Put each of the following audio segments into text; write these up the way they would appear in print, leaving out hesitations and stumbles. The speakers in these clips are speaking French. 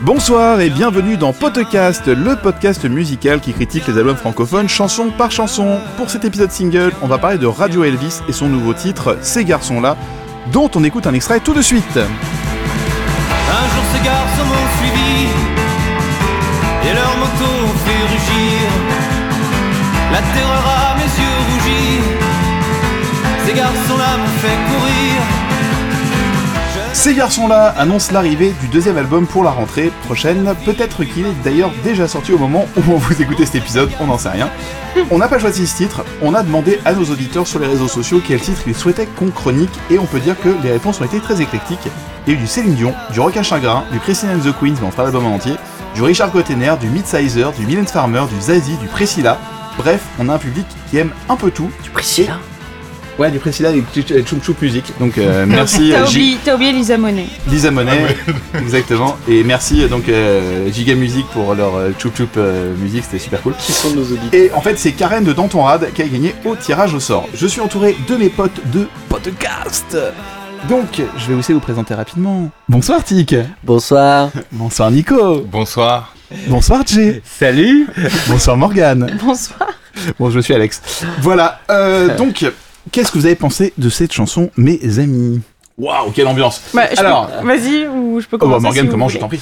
Bonsoir et bienvenue dans Podcast, le podcast musical qui critique les albums francophones chanson par chanson. Pour cet épisode single, on va parler de Radio Elvis et son nouveau titre, Ces garçons-là, dont on écoute un extrait tout de suite. Un jour ces garçons m'ont suivi et leur moto ont fait rugir. La terreur à mes yeux rougis. Ces garçons-là m'ont fait courir. Ces garçons-là annoncent l'arrivée du deuxième album pour la rentrée prochaine. Peut-être qu'il est d'ailleurs déjà sorti au moment où vous écoutez cet épisode, on n'en sait rien. On n'a pas choisi ce titre, on a demandé à nos auditeurs sur les réseaux sociaux quel titre ils souhaitaient qu'on chronique, et on peut dire que les réponses ont été très éclectiques. Il y a eu du Céline Dion, du Rock à Chagrin, du Christine and the Queens, mais on fera l'album en entier, du Richard Gottener, du Midsizer, du Mylène Farmer, du Zazie, du Priscilla. Bref, on a un public qui aime un peu tout. Du Priscilla ? Ouais, du Priscilla et Choum Choum Music. Donc merci. T'as oublié Lisa Monet. Lisa Monet, exactement. Et merci donc Giga Music pour leur Choum Choum Music, c'était super cool. Qui sont nos auditeurs. Et en fait, c'est Karen de Dans ton Rad qui a gagné au tirage au sort. Je suis entouré de mes potes de podcast. Donc, je vais aussi vous présenter rapidement. Bonsoir Tic. Bonsoir. Bonsoir Nico. Bonsoir. Bonsoir Jay. Salut. Bonsoir Morgane. Bonsoir. Bon, je suis Alex. Voilà, donc, qu'est-ce que vous avez pensé de cette chanson, mes amis ? Waouh, quelle ambiance. Alors, vas-y, ou je peux commencer. Morgane, si commence, vous je t'en prie.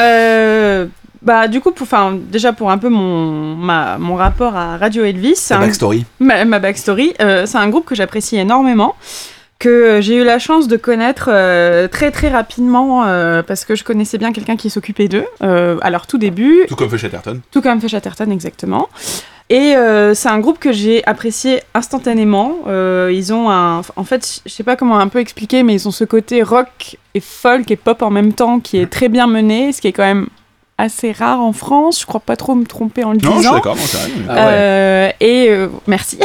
Du coup, pour un peu mon rapport à Radio Elvis, Ta backstory. Ma backstory, c'est un groupe que j'apprécie énormément, que j'ai eu la chance de connaître très très rapidement parce que je connaissais bien quelqu'un qui s'occupait d'eux à leur tout début. Tout comme Feu Chatterton. Tout comme Feu Chatterton, exactement. Et c'est un groupe que j'ai apprécié instantanément. Ils ont en fait, je sais pas comment un peu expliquer, mais ils ont ce côté rock et folk et pop en même temps qui est très bien mené, ce qui est quand même assez rare en France. Je crois pas trop me tromper en le disant. Non, je suis d'accord, non, c'est rien. Merci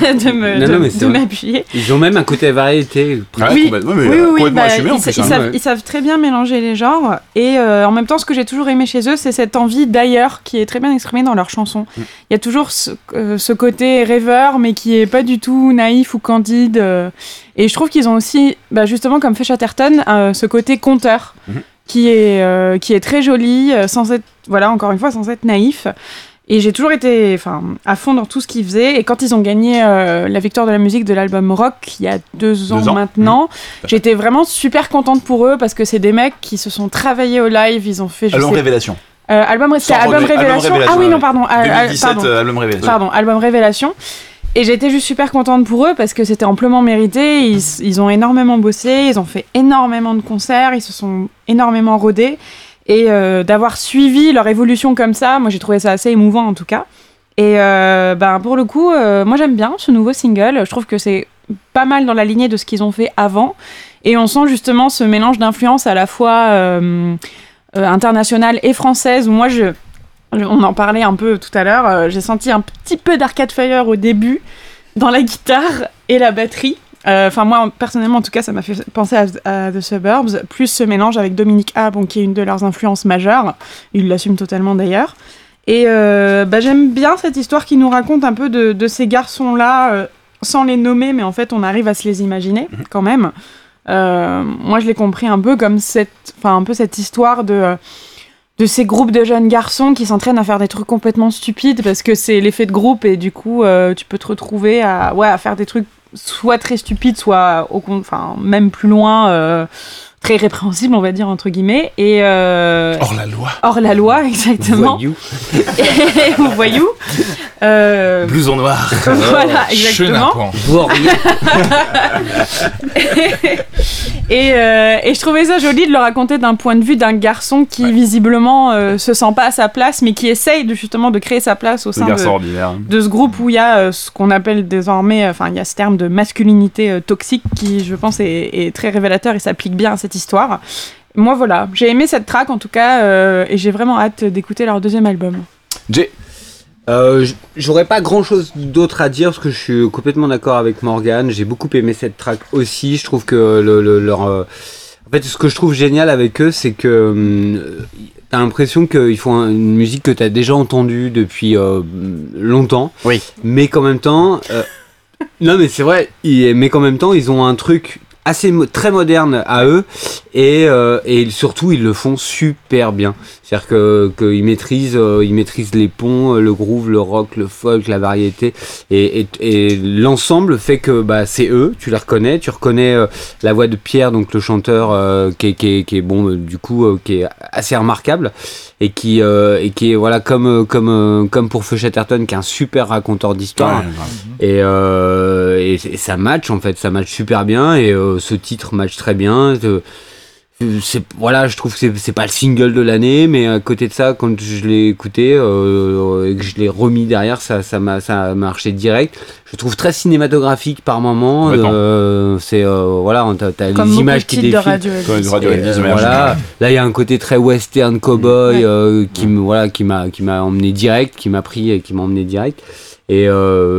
de m'appuyer. Ils ont même un côté variété. Oui, complètement assumé en plus. Ils savent très bien mélanger les genres. Et en même temps, ce que j'ai toujours aimé chez eux, c'est cette envie d'ailleurs qui est très bien exprimée dans leurs chansons. Il y a toujours ce côté rêveur, mais qui est pas du tout naïf ou candide. Et je trouve qu'ils ont aussi, justement, comme fait Chatterton, ce côté conteur. Qui est très joli, sans être, encore une fois, sans être naïf. Et j'ai toujours été à fond dans tout ce qu'ils faisaient. Et quand ils ont gagné la victoire de la musique de l'album Rock, il y a 2 ans maintenant, j'étais vraiment super contente pour eux, parce que c'est des mecs qui se sont travaillés au live, ils ont fait... Album Révélation. Album Révélation. Ah oui, non, pardon. 2017, Album Révélation. Pardon, Album Révélation. Et j'étais juste super contente pour eux parce que c'était amplement mérité. Ils ont énormément bossé, ils ont fait énormément de concerts, ils se sont énormément rodés. Et d'avoir suivi leur évolution comme ça, moi j'ai trouvé ça assez émouvant en tout cas. Et pour le coup, moi j'aime bien ce nouveau single. Je trouve que c'est pas mal dans la lignée de ce qu'ils ont fait avant. Et on sent justement ce mélange d'influences à la fois internationale et française, où moi on en parlait un peu tout à l'heure, j'ai senti un petit peu d'Arcade Fire au début, dans la guitare et la batterie. Moi, personnellement, en tout cas, ça m'a fait penser à The Suburbs, plus ce mélange avec Dominique A, qui est une de leurs influences majeures. Ils l'assument totalement d'ailleurs. Et j'aime bien cette histoire qui nous raconte un peu de ces garçons-là, sans les nommer, mais en fait, on arrive à se les imaginer quand même. Moi, je l'ai compris un peu comme cette histoire de ces groupes de jeunes garçons qui s'entraînent à faire des trucs complètement stupides parce que c'est l'effet de groupe, et du coup tu peux te retrouver à faire des trucs soit très stupides, soit même plus loin, très répréhensibles, on va dire, entre guillemets, et hors la loi, exactement. Voyou. Blouson noir. Voilà, exactement. Et je trouvais ça joli de le raconter d'un point de vue d'un garçon qui visiblement se sent pas à sa place, mais qui essaye justement de créer sa place au sein de ce groupe où il y a ce qu'on appelle désormais, il y a ce terme de masculinité toxique qui, je pense, est très révélateur et s'applique bien à cette histoire. Moi, voilà, j'ai aimé cette track en tout cas, et j'ai vraiment hâte d'écouter leur deuxième album. Jay. J'aurais pas grand chose d'autre à dire parce que je suis complètement d'accord avec Morgane. J'ai beaucoup aimé cette track aussi. Je trouve que en fait, ce que je trouve génial avec eux, c'est que t'as l'impression qu'ils font une musique que t'as déjà entendue depuis longtemps. Oui. Mais qu'en même temps, non mais c'est vrai. Mais qu'en même temps, ils ont un truc très moderne à eux et surtout ils le font super bien. C'est-à-dire que ils maîtrisent les ponts, le groove, le rock, le folk, la variété et l'ensemble fait que c'est eux, tu les reconnais, tu reconnais la voix de Pierre, donc le chanteur qui est bon du coup qui est assez remarquable et qui est voilà comme pour Feu Chatterton qui est un super raconteur d'histoire et ça match en fait, ça match super bien et ce titre match très bien. Je trouve que c'est pas le single de l'année, mais à côté de ça, quand je l'ai écouté et que je l'ai remis derrière, ça a marché direct. Je trouve très cinématographique par moment. T'as comme les images qui défilent. Voilà. Là, il y a un côté très western cowboy qui m'a emmené direct, qui m'a pris et qui m'a emmené direct. Et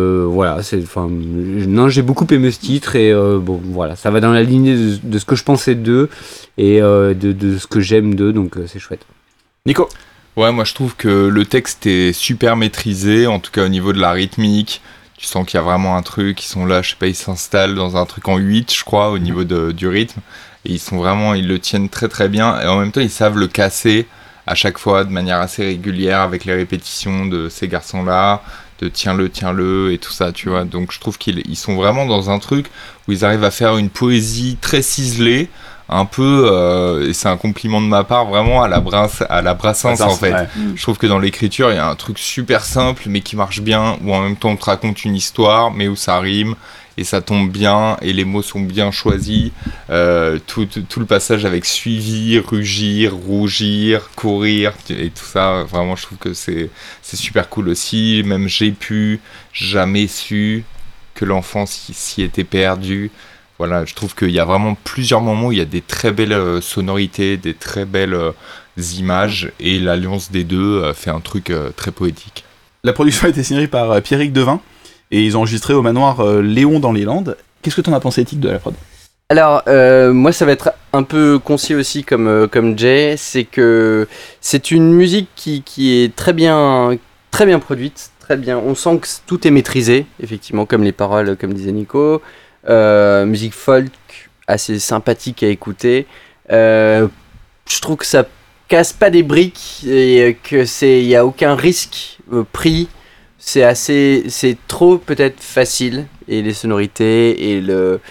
j'ai beaucoup aimé ce titre et ça va dans la lignée de ce que je pensais d'eux et de ce que j'aime d'eux, donc c'est chouette. Nico. Ouais, moi je trouve que le texte est super maîtrisé, en tout cas au niveau de la rythmique. Tu sens qu'il y a vraiment un truc, ils sont là, je sais pas, ils s'installent dans un truc en 8, je crois, au niveau du rythme. Et ils le tiennent très très bien et en même temps ils savent le casser à chaque fois de manière assez régulière avec les répétitions de ces garçons-là. De tiens-le et tout ça, tu vois. Donc je trouve qu'ils sont vraiment dans un truc où ils arrivent à faire une poésie très ciselée, un peu, et c'est un compliment de ma part, vraiment à la Brassens en fait. Ouais. Je trouve que dans l'écriture, il y a un truc super simple mais qui marche bien, où en même temps on te raconte une histoire, mais où ça rime, et ça tombe bien, et les mots sont bien choisis. Tout le passage avec suivi, rugir, rougir, courir, et tout ça, vraiment je trouve que c'est super cool aussi. Même j'ai pu, jamais su que l'enfant s'y était perdu. Voilà, je trouve qu'il y a vraiment plusieurs moments où il y a des très belles sonorités, des très belles images, et l'alliance des deux fait un truc très poétique. La production a été signée par Pierrick Devin, et ils ont enregistré au manoir Léon dans les Landes. Qu'est-ce que t'en as pensé, Tic, de la prod ? Alors, moi, ça va être un peu concis aussi comme Jay. C'est que c'est une musique qui est très bien produite, très bien. On sent que tout est maîtrisé, effectivement, comme les paroles, comme disait Nico. Musique folk, assez sympathique à écouter. Je trouve que ça casse pas des briques et que y a aucun risque pris. C'est trop peut-être facile, et les sonorités et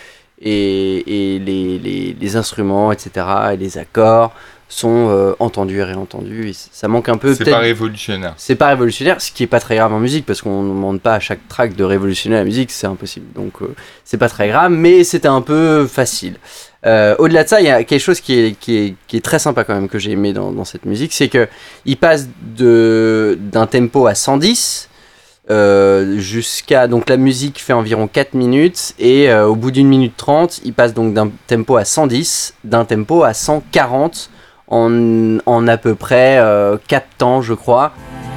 les instruments, etc., et les accords sont entendus et réentendus, et ça manque un peu. C'est pas révolutionnaire. C'est pas révolutionnaire, ce qui est pas très grave en musique, parce qu'on ne demande pas à chaque track de révolutionner la musique, c'est impossible, donc c'est pas très grave, mais c'était un peu facile. Au-delà de ça, il y a quelque chose qui est très sympa quand même, que j'ai aimé dans cette musique, c'est qu'il passe d'un tempo à 110, jusqu'à, donc la musique fait environ 4 minutes, et au bout d'1 minute 30 il passe donc d'un tempo à 110, d'un tempo à 140 en à peu près 4 temps, je crois.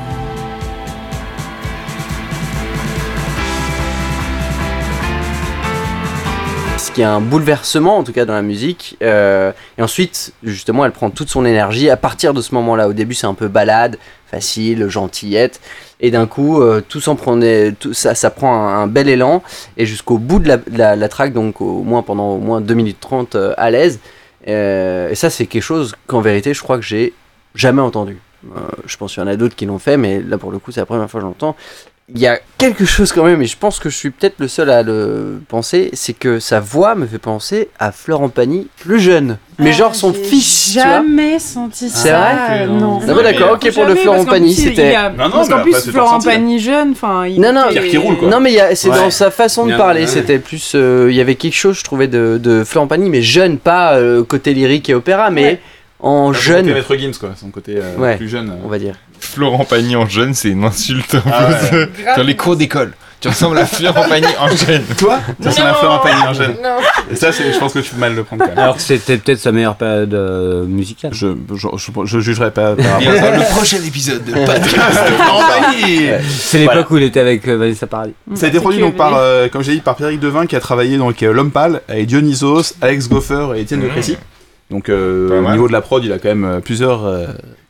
Ce qui est un bouleversement en tout cas dans la musique, et ensuite justement elle prend toute son énergie à partir de ce moment là. Au début c'est un peu balade, facile, gentillette, et d'un coup ça prend un bel élan, et jusqu'au bout de la track, donc pendant au moins 2 minutes 30 à l'aise, et ça c'est quelque chose qu'en vérité je crois que j'ai jamais entendu. Je pense qu'il y en a d'autres qui l'ont fait, mais là pour le coup c'est la première fois que j'entends. Il y a quelque chose quand même, et je pense que je suis peut-être le seul à le penser, c'est que sa voix me fait penser à Florent Pagny plus jeune. Mais genre son fils, tu vois. Jamais senti ça. C'est vrai ? Non. Ah bah d'accord, ok, pour le Florent Pagny, c'était... Parce qu'en plus, Florent Pagny jeune, enfin... Pierre qui roule, quoi. Non, mais c'est dans sa façon de parler, c'était plus... Il y avait quelque chose, je trouvais, de Florent Pagny, mais jeune, pas côté lyrique et opéra, mais en jeune. Son côté Maître Gims, quoi, son côté plus jeune. On va dire. Florent Pagny en jeune, c'est une insulte. Dans les cours d'école, tu ressembles à Florent Pagny en jeune. Toi, tu ressembles à Florent Pagny en jeune. Non. Et ça, je pense que tu peux mal le prendre quand même. Alors que c'était peut-être sa meilleure période musicale. Je jugerai pas. Dans le prochain épisode de Podcast Florent Pagny. C'est l'époque où il était avec Vanessa Paradis. Ça a été produit donc par, comme j'ai dit, par Pierrick Devin, qui a travaillé donc L'Homme Pâle avec Dionysos, Alex Goffer et Étienne de Crécy. Donc au niveau de la prod, il a quand même plusieurs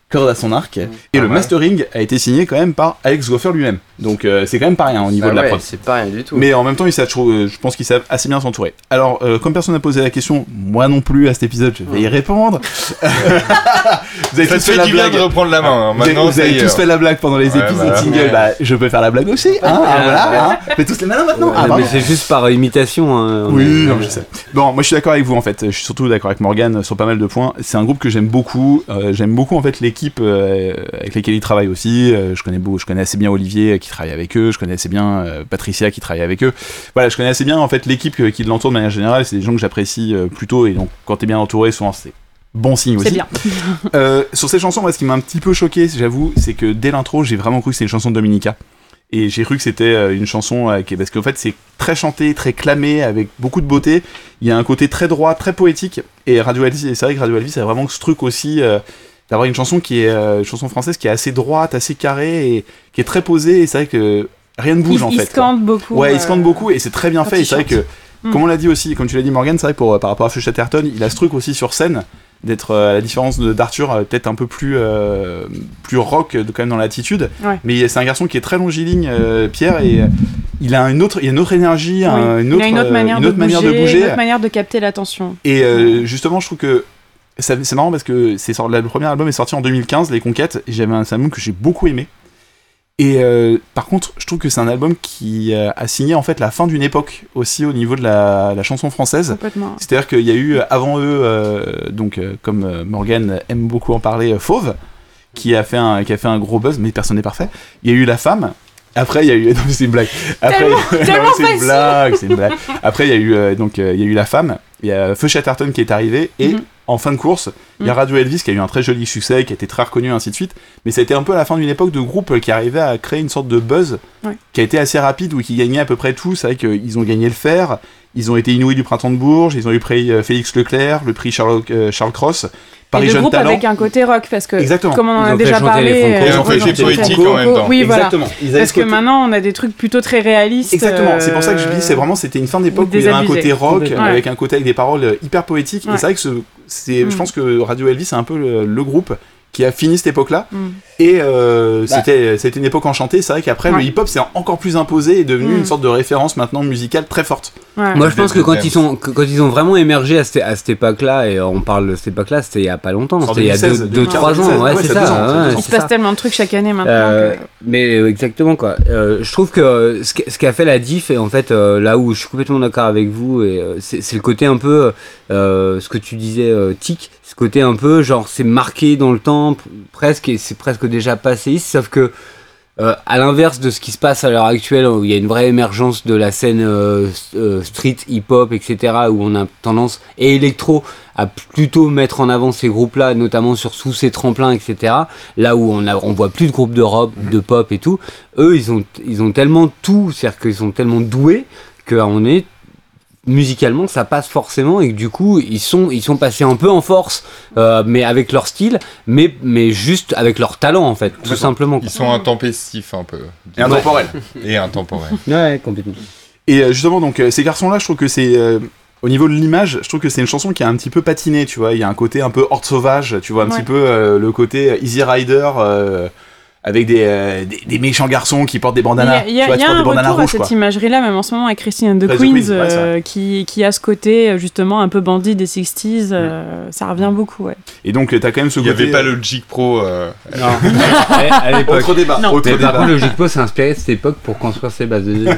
corde à son arc. Et le mastering a été signé quand même par Alex Goffer lui-même. Donc c'est quand même pas rien au niveau de la prod. C'est pas rien du tout. Mais en même temps, je pense qu'ils savent assez bien s'entourer. Alors, comme personne n'a posé la question, moi non plus à cet épisode, je vais y répondre. Vous avez tous fait la blague. De reprendre la main. Vous avez tous fait la blague pendant les épisodes single. Bah, je peux faire la blague aussi. Voilà. Faites tous les malins maintenant. Mais c'est juste par imitation. Oui, non, je sais. Bon, moi je suis d'accord avec vous en fait. Je suis surtout d'accord avec Morgane sur pas mal de points. C'est un groupe que j'aime beaucoup. J'aime beaucoup en fait l'équipe avec laquelle ils travaillent aussi. Je connais assez bien Olivier qui travaille avec eux. Je connais assez bien Patricia qui travaille avec eux. Voilà, je connais assez bien en fait l'équipe qui l'entoure de manière générale. C'est des gens que j'apprécie plutôt. Et donc quand t'es bien entouré, souvent c'est bon signe aussi. C'est bien. Sur ces chansons, moi, ce qui m'a un petit peu choqué, j'avoue, c'est que dès l'intro, j'ai vraiment cru que c'était une chanson de Dominica. Et j'ai cru que c'était une chanson parce qu'en fait, c'est très chanté, très clamé, avec beaucoup de beauté. Il y a un côté très droit, très poétique. Et Radio Elvis, c'est vrai que Radio Elvis, c'est vraiment ce truc aussi d'avoir une chanson qui est une chanson française qui est assez droite, assez carrée et qui est très posée. Et c'est vrai que rien ne bouge en fait. Il scande beaucoup. Ouais, il scande beaucoup et c'est très bien fait. Et c'est vrai que, comme on l'a dit aussi, comme tu l'as dit Morgane, c'est vrai que par rapport à Feu Chatterton, il a ce truc aussi sur scène d'être à la différence d'Arthur peut-être un peu plus rock quand même dans l'attitude, mais c'est un garçon qui est très longiligne, Pierre, et il a une autre énergie, une autre manière de bouger, une autre manière de capter l'attention. Et justement je trouve que c'est marrant parce que le premier album est sorti en 2015, Les Conquêtes, et j'avais un album que j'ai beaucoup aimé. Et par contre, je trouve que c'est un album qui a signé en fait la fin d'une époque aussi au niveau de la chanson française. Complètement. C'est-à-dire qu'il y a eu avant eux, comme Morgane aime beaucoup en parler, Fauve, qui a fait un gros buzz, mais personne n'est parfait. Il y a eu La Femme. Après, il y a eu. Non, c'est une blague. Après, tellement c'est une blague. Après, il y a eu La Femme. Il y a Feu Chatterton qui est arrivé et en fin de course, il y a Radio Elvis qui a eu un très joli succès, qui a été très reconnu, et ainsi de suite. Mais ça a été un peu à la fin d'une époque de groupe qui arrivait à créer une sorte de buzz qui a été assez rapide, où qui gagnait à peu près tout. C'est vrai qu'ils ont gagné le Fer, ils ont été inouïs du Printemps de Bourges, ils ont eu le prix Félix Leclerc, le prix Charles Cross. Paris et le Jeune groupe Talent. avec un côté rock, parce que Exactement. comme on en Ils a ont déjà fait chanter parlé, les Franco. Ils ont fait chanté poétique Franco. en même temps. Oui, Exactement. voilà. Parce que maintenant on a des trucs plutôt très réalistes. Exactement, c'est pour ça que je dis, c'était une fin d'époque où il y avait un côté rock, avec un côté avec des paroles hyper poétiques, et c'est vrai que je pense que Radio Elvis c'est un peu le groupe qui a fini cette époque-là, et c'était une époque enchantée. C'est vrai qu'après le hip-hop s'est encore plus imposé et est devenu une sorte de référence maintenant musicale très forte. Moi je pense que quand ils ont vraiment émergé à cette époque-là, et on parle de cette époque-là, c'était il y a pas longtemps, c'était il y a 2-3 ans, ouais, c'est ça. Il se passe tellement de trucs chaque année maintenant. Mais exactement quoi. Je trouve que ce qui a fait la diff, et en fait là où je suis complètement d'accord avec vous, et c'est le côté un peu ce que tu disais, Tic, ce côté un peu genre c'est marqué dans le temps presque, et c'est presque déjà passé, sauf que à l'inverse de ce qui se passe à l'heure actuelle, où il y a une vraie émergence de la scène street, hip-hop, etc., où on a tendance, et électro, à plutôt mettre en avant ces groupes-là, notamment sur sous ces tremplins, etc., là où on voit plus de groupes de rock, de pop et tout, eux, ils ont tellement tout, c'est-à-dire qu'ils sont tellement doués, qu'on est musicalement ça passe forcément, et que du coup ils sont passés un peu en force, mais avec leur style, mais juste avec leur talent en fait, tout simplement. Ils sont intempestifs un peu. Et intemporels. Et intemporels. Ouais, complètement. Et justement, donc ces garçons-là, je trouve que c'est au niveau de l'image, je trouve que c'est une chanson qui a un petit peu patiné, tu vois. Il y a un côté un peu horde sauvage, tu vois, un petit peu le côté Easy Rider. Avec des méchants garçons qui portent des bandanas. Il y a un retour à cette imagerie-là, même en ce moment, avec Christine and the Queens, qui a ce côté, justement, un peu bandit des 60s. Ça revient beaucoup, ouais. Et donc, t'as quand même ce côté... Il n'y avait pas le Jig Pro... Non, à l'époque. Autre débat. Par contre, le Jig Pro s'est inspiré de cette époque pour construire ses bases de données.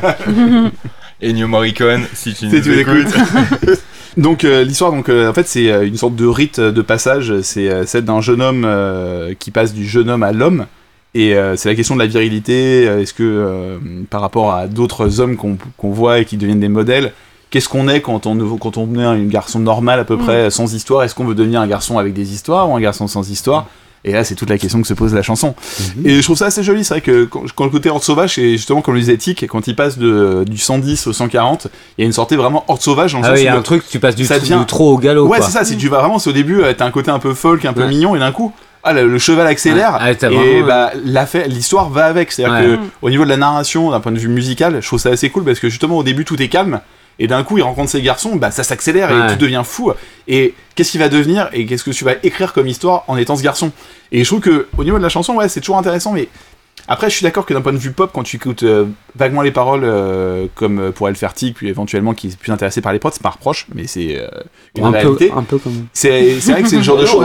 Ennio Morricone, si tu nous écoutes. Donc l'histoire, en fait, c'est une sorte de rite de passage. C'est celle d'un jeune homme qui passe du jeune homme à l'homme. Et c'est la question de la virilité. Est-ce que par rapport à d'autres hommes qu'on voit et qui deviennent des modèles, qu'est-ce qu'on est quand on est un garçon normal à peu près, sans histoire? Est-ce qu'on veut devenir un garçon avec des histoires ou un garçon sans histoire? Et là, c'est toute la question que se pose la chanson. Et je trouve ça assez joli. C'est vrai que quand le côté horde sauvage, c'est justement comme les éthiques, quand il passe du 110 au 140, il y a une sortie vraiment horde sauvage. Ah oui, il y a un truc, tu passes du trop au galop. Ouais, c'est ça. Si tu vas vraiment, c'est au début, t'as un côté un peu folk, un peu mignon, et d'un coup, le cheval accélère, et l'histoire va avec. C'est-à-dire que au niveau de la narration, d'un point de vue musical, je trouve ça assez cool, parce que justement, au début, tout est calme. et d'un coup il rencontre ces garçons, bah ça s'accélère et tout devient fou. Et qu'est-ce qu'il va devenir et qu'est-ce que tu vas écrire comme histoire en étant ce garçon? Et je trouve que au niveau de la chanson, ouais, c'est toujours intéressant, mais après je suis d'accord que d'un point de vue pop, quand tu écoutes vaguement les paroles comme pour El Fertig, puis éventuellement qui est plus intéressé par les prods, c'est pas un reproche, mais c'est une réalité. Un peu quand même. C'est vrai que c'est le genre de choses.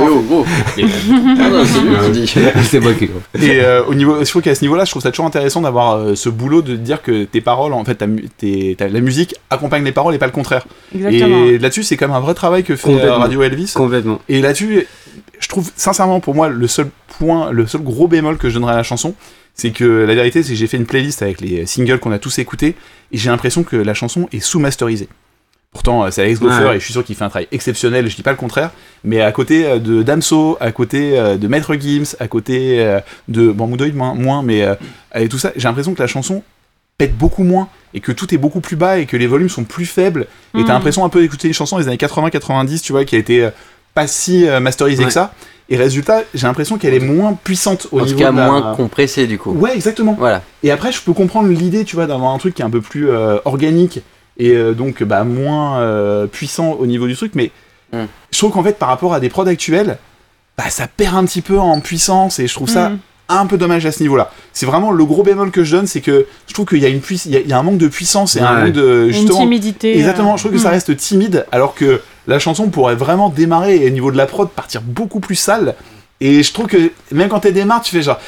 C'est moi qui. Et au niveau, je trouve qu'à ce niveau-là, je trouve ça toujours intéressant d'avoir ce boulot de dire que tes paroles, en fait, la musique accompagne les paroles et pas le contraire. Exactement. Et là-dessus, c'est quand même un vrai travail que fait Radio Elvis. Complètement. Et là-dessus, je trouve sincèrement pour moi le seul gros bémol que je donnerais à la chanson, c'est que la vérité, c'est que j'ai fait une playlist avec les singles qu'on a tous écoutés et j'ai l'impression que la chanson est sous-masterisée. Pourtant, c'est Alex Goffer et je suis sûr qu'il fait un travail exceptionnel, je dis pas le contraire, mais à côté de Damso, à côté de Maître Gims, à côté de Moudoïd moins, mais avec tout ça, j'ai l'impression que la chanson pète beaucoup moins et que tout est beaucoup plus bas et que les volumes sont plus faibles et t'as l'impression un peu d'écouter les chansons des années 80-90, tu vois, qui a été pas si masterisée que ça. Et résultat, j'ai l'impression qu'elle est moins puissante au niveau en tout cas, moins compressée du coup. Ouais, exactement. Voilà. Et après, je peux comprendre l'idée, tu vois, d'avoir un truc qui est un peu plus organique et donc moins puissant au niveau du truc, mais je trouve qu'en fait, par rapport à des prods actuels, ça perd un petit peu en puissance et je trouve ça un peu dommage à ce niveau-là. C'est vraiment le gros bémol que je donne, c'est que je trouve qu'il y a il y a un manque de puissance et un manque de justement une timidité. Exactement, je trouve que ça reste timide alors que la chanson pourrait vraiment démarrer et au niveau de la prod partir beaucoup plus sale. Et je trouve que même quand t'es démarre, tu fais genre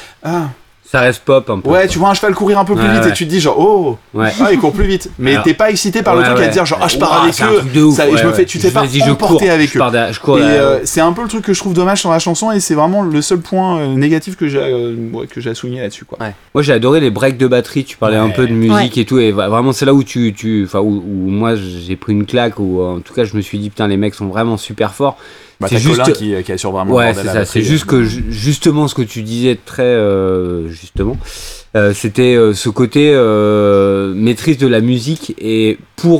ça reste pop un peu. Ouais, tu vois un cheval courir un peu plus vite et tu te dis genre il court plus vite. Mais alors, t'es pas excité par le truc à te dire genre je pars avec eux. Ça, je me fais, tu t'es pas emporté avec eux. Je cours. Et c'est un peu le truc que je trouve dommage sur la chanson et c'est vraiment le seul point négatif que j'ai à souligner là-dessus quoi. Ouais. Moi j'ai adoré les breaks de batterie. Tu parlais un peu de musique et tout et vraiment c'est là où où moi j'ai pris une claque ou en tout cas je me suis dit putain les mecs sont vraiment super forts. C'est juste Colin qui assure vraiment. Ouais, c'est ça. C'est juste que justement ce que tu disais très justement, c'était ce côté maîtrise de la musique et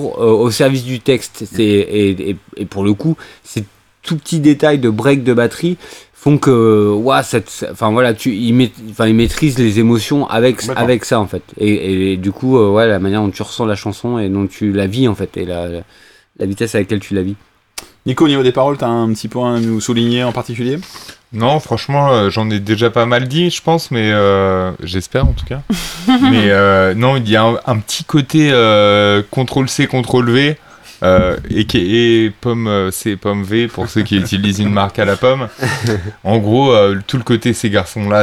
au service du texte. Et pour le coup, ces tout petits détails de break de batterie font que il maîtrise les émotions avec ça en fait. Et du coup, la manière dont tu ressens la chanson et dont tu la vis en fait et la vitesse à laquelle tu la vis. Nico, au niveau des paroles, t'as un petit point à nous souligner en particulier? Non, franchement, j'en ai déjà pas mal dit, je pense, mais j'espère en tout cas. Mais non, il y a un petit côté CTRL-C, CTRL-V, et pomme C, pomme V, pour ceux qui utilisent une marque à la pomme. En gros, tout le côté ces garçons-là,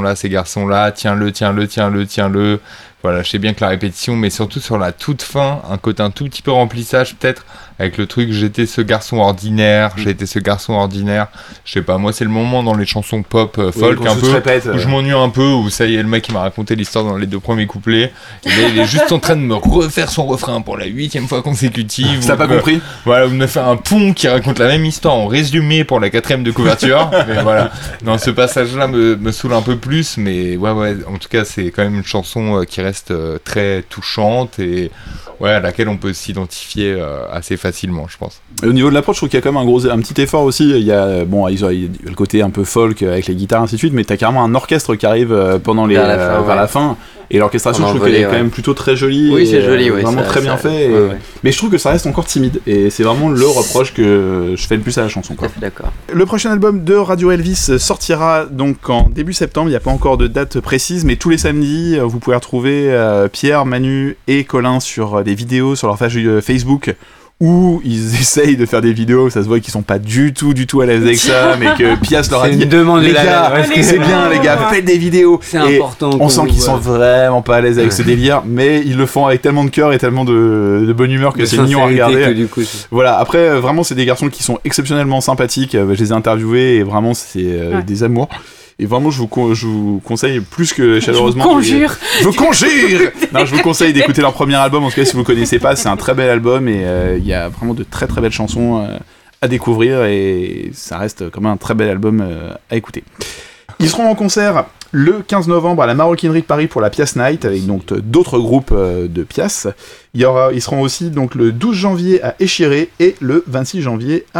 tiens-le. Voilà, je sais bien que la répétition, mais surtout sur la toute fin, un côté un tout petit peu remplissage peut-être, avec le truc j'étais ce garçon ordinaire, je sais pas, moi c'est le moment dans les chansons pop, folk un peu, où je m'ennuie un peu, où ça y est, le mec il m'a raconté l'histoire dans les 2 premiers couplets, et là il est juste en train de me refaire son refrain pour la 8e fois consécutive. T'as pas compris? Voilà, ou de me faire un pont qui raconte la même histoire en résumé pour la 4e de couverture, mais voilà, non, ce passage-là me saoule un peu plus, mais ouais, en tout cas c'est quand même une chanson qui reste très touchante et à laquelle on peut s'identifier assez facilement, je pense. Et au niveau de l'approche, je trouve qu'il y a quand même un petit effort aussi. Il y a le côté un peu folk avec les guitares ainsi de suite, mais t'as carrément un orchestre qui arrive vers la fin. Et l'orchestration, je trouve qu'elle est quand même plutôt très jolie. Oui, c'est joli, vraiment très bien fait. Mais je trouve que ça reste encore timide. Et c'est vraiment le reproche que je fais le plus à la chanson. Tout à fait d'accord. Le prochain album de Radio Elvis sortira donc en début septembre. Il n'y a pas encore de date précise, mais tous les samedis, vous pouvez retrouver Pierre, Manu et Colin sur des vidéos sur leur page Facebook où ils essayent de faire des vidéos, ça se voit qu'ils sont pas du tout à l'aise avec ça, mais que Pias leur a dit les gars, c'est bien les gars, faites des vidéos. C'est important. On sent qu'ils sont vraiment pas à l'aise avec ce délire, mais ils le font avec tellement de cœur et tellement de bonne humeur que c'est mignon à regarder. Voilà, après vraiment c'est des garçons qui sont exceptionnellement sympathiques, je les ai interviewés et vraiment c'est des amours. Et vraiment, je vous conseille plus que chaleureusement. Je vous conseille d'écouter leur premier album. En tout cas, si vous connaissez pas, c'est un très bel album et il y a vraiment de très très belles chansons à découvrir et ça reste quand même un très bel album à écouter. Ils seront en concert le 15 novembre à la Maroquinerie de Paris pour la Pias Night avec donc d'autres groupes de Pias. Ils seront aussi donc le 12 janvier à Échiré et le 26 janvier à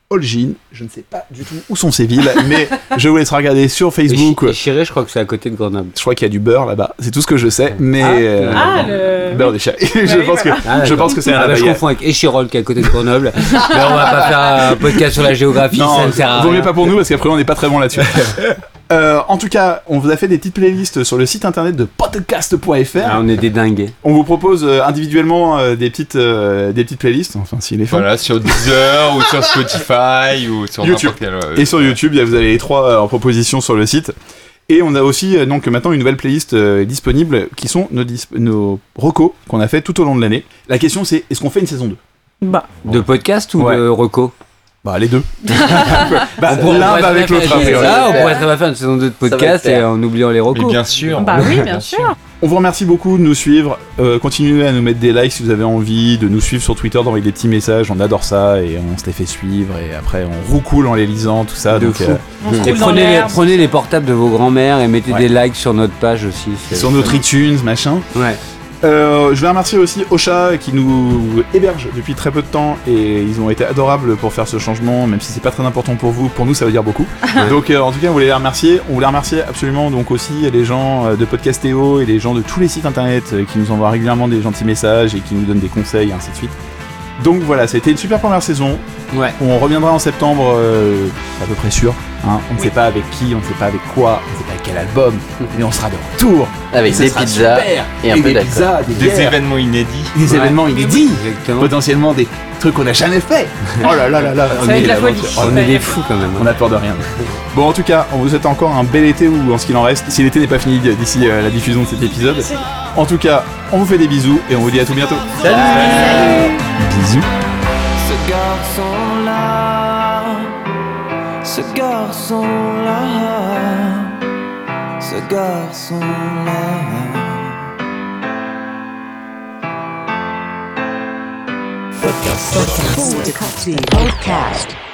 Holguin. Je ne sais pas du tout où sont ces villes, mais je vous laisserai regarder sur Facebook. Et Chiré, je crois que c'est à côté de Grenoble. Je crois qu'il y a du beurre là-bas, c'est tout ce que je sais, mais le beurre des chats. Je pense que c'est un je confonds avec Échirol qui est à côté de Grenoble. Mais on va pas faire un podcast sur la géographie, ça ne sert à vaut mieux rien. pas pour nous parce qu'après on n'est pas très bon là-dessus. En tout cas, on vous a fait des petites playlists sur le site internet de podcast.fr. Ah, on est des dingues. On vous propose individuellement des petites playlists, enfin s'il est fun. Voilà, sur Deezer ou sur Spotify ou sur YouTube. n'importe quel. Et sur YouTube, vous avez les 3 en proposition sur le site. Et on a aussi donc maintenant une nouvelle playlist disponible qui sont nos recos qu'on a fait tout au long de l'année. La question c'est, est-ce qu'on fait une saison 2 ? Bah, De podcast ou Ouais. de reco? Bah les deux. L'un pourrait va avec très bien l'autre. faire- a priori. Ça, on pourrait très bien faire une saison 2 de va podcast le et faire. en oubliant les Mais recos. bien sûr. bah oui, bien sûr. On vous remercie beaucoup de nous suivre. Continuez à nous mettre des likes si vous avez envie, de nous suivre sur Twitter, d'envoyer des petits messages. On adore ça et on se les fait suivre. Et après, on roucoule en les lisant, tout ça. De donc, fou. On se Et roule dans prenez l'herbe. prenez les portables de vos grands-mères et mettez Ouais. des likes sur notre page aussi. sur notre iTunes, machin. Ouais. Je vais remercier aussi Ocha qui nous héberge depuis très peu de temps et ils ont été adorables pour faire ce changement, même si c'est pas très important pour vous, pour nous ça veut dire beaucoup. Donc en tout cas on voulait les remercier. On voulait remercier absolument donc aussi les gens de Podcastéo et les gens de tous les sites internet qui nous envoient régulièrement des gentils messages et qui nous donnent des conseils et ainsi de suite. Donc voilà, ça a été une super première saison. Ouais. On reviendra en septembre, à peu près sûr. Hein. On ne sait pas avec qui, on ne sait pas avec quoi, on ne sait pas avec quel album, mais on sera de retour. Avec Et ce des sera pizzas super. et un Et peu des d'alcool. pizzas, des Des bières, événements inédits. des événements inédits, Exactement. potentiellement des trucs qu'on n'a jamais fait. Oh là là là là. Ça va être la folie. On est des fous quand même. On a peur de rien. Bon, en tout cas, on vous souhaite encore un bel été ou en ce qu'il en reste, si l'été n'est pas fini d'ici la diffusion de cet épisode. En tout cas, on vous fait des bisous et on vous dit à tout bientôt. Bisous. Ce garçon-là, ce garçon-là, ce garçon-là. Podcast.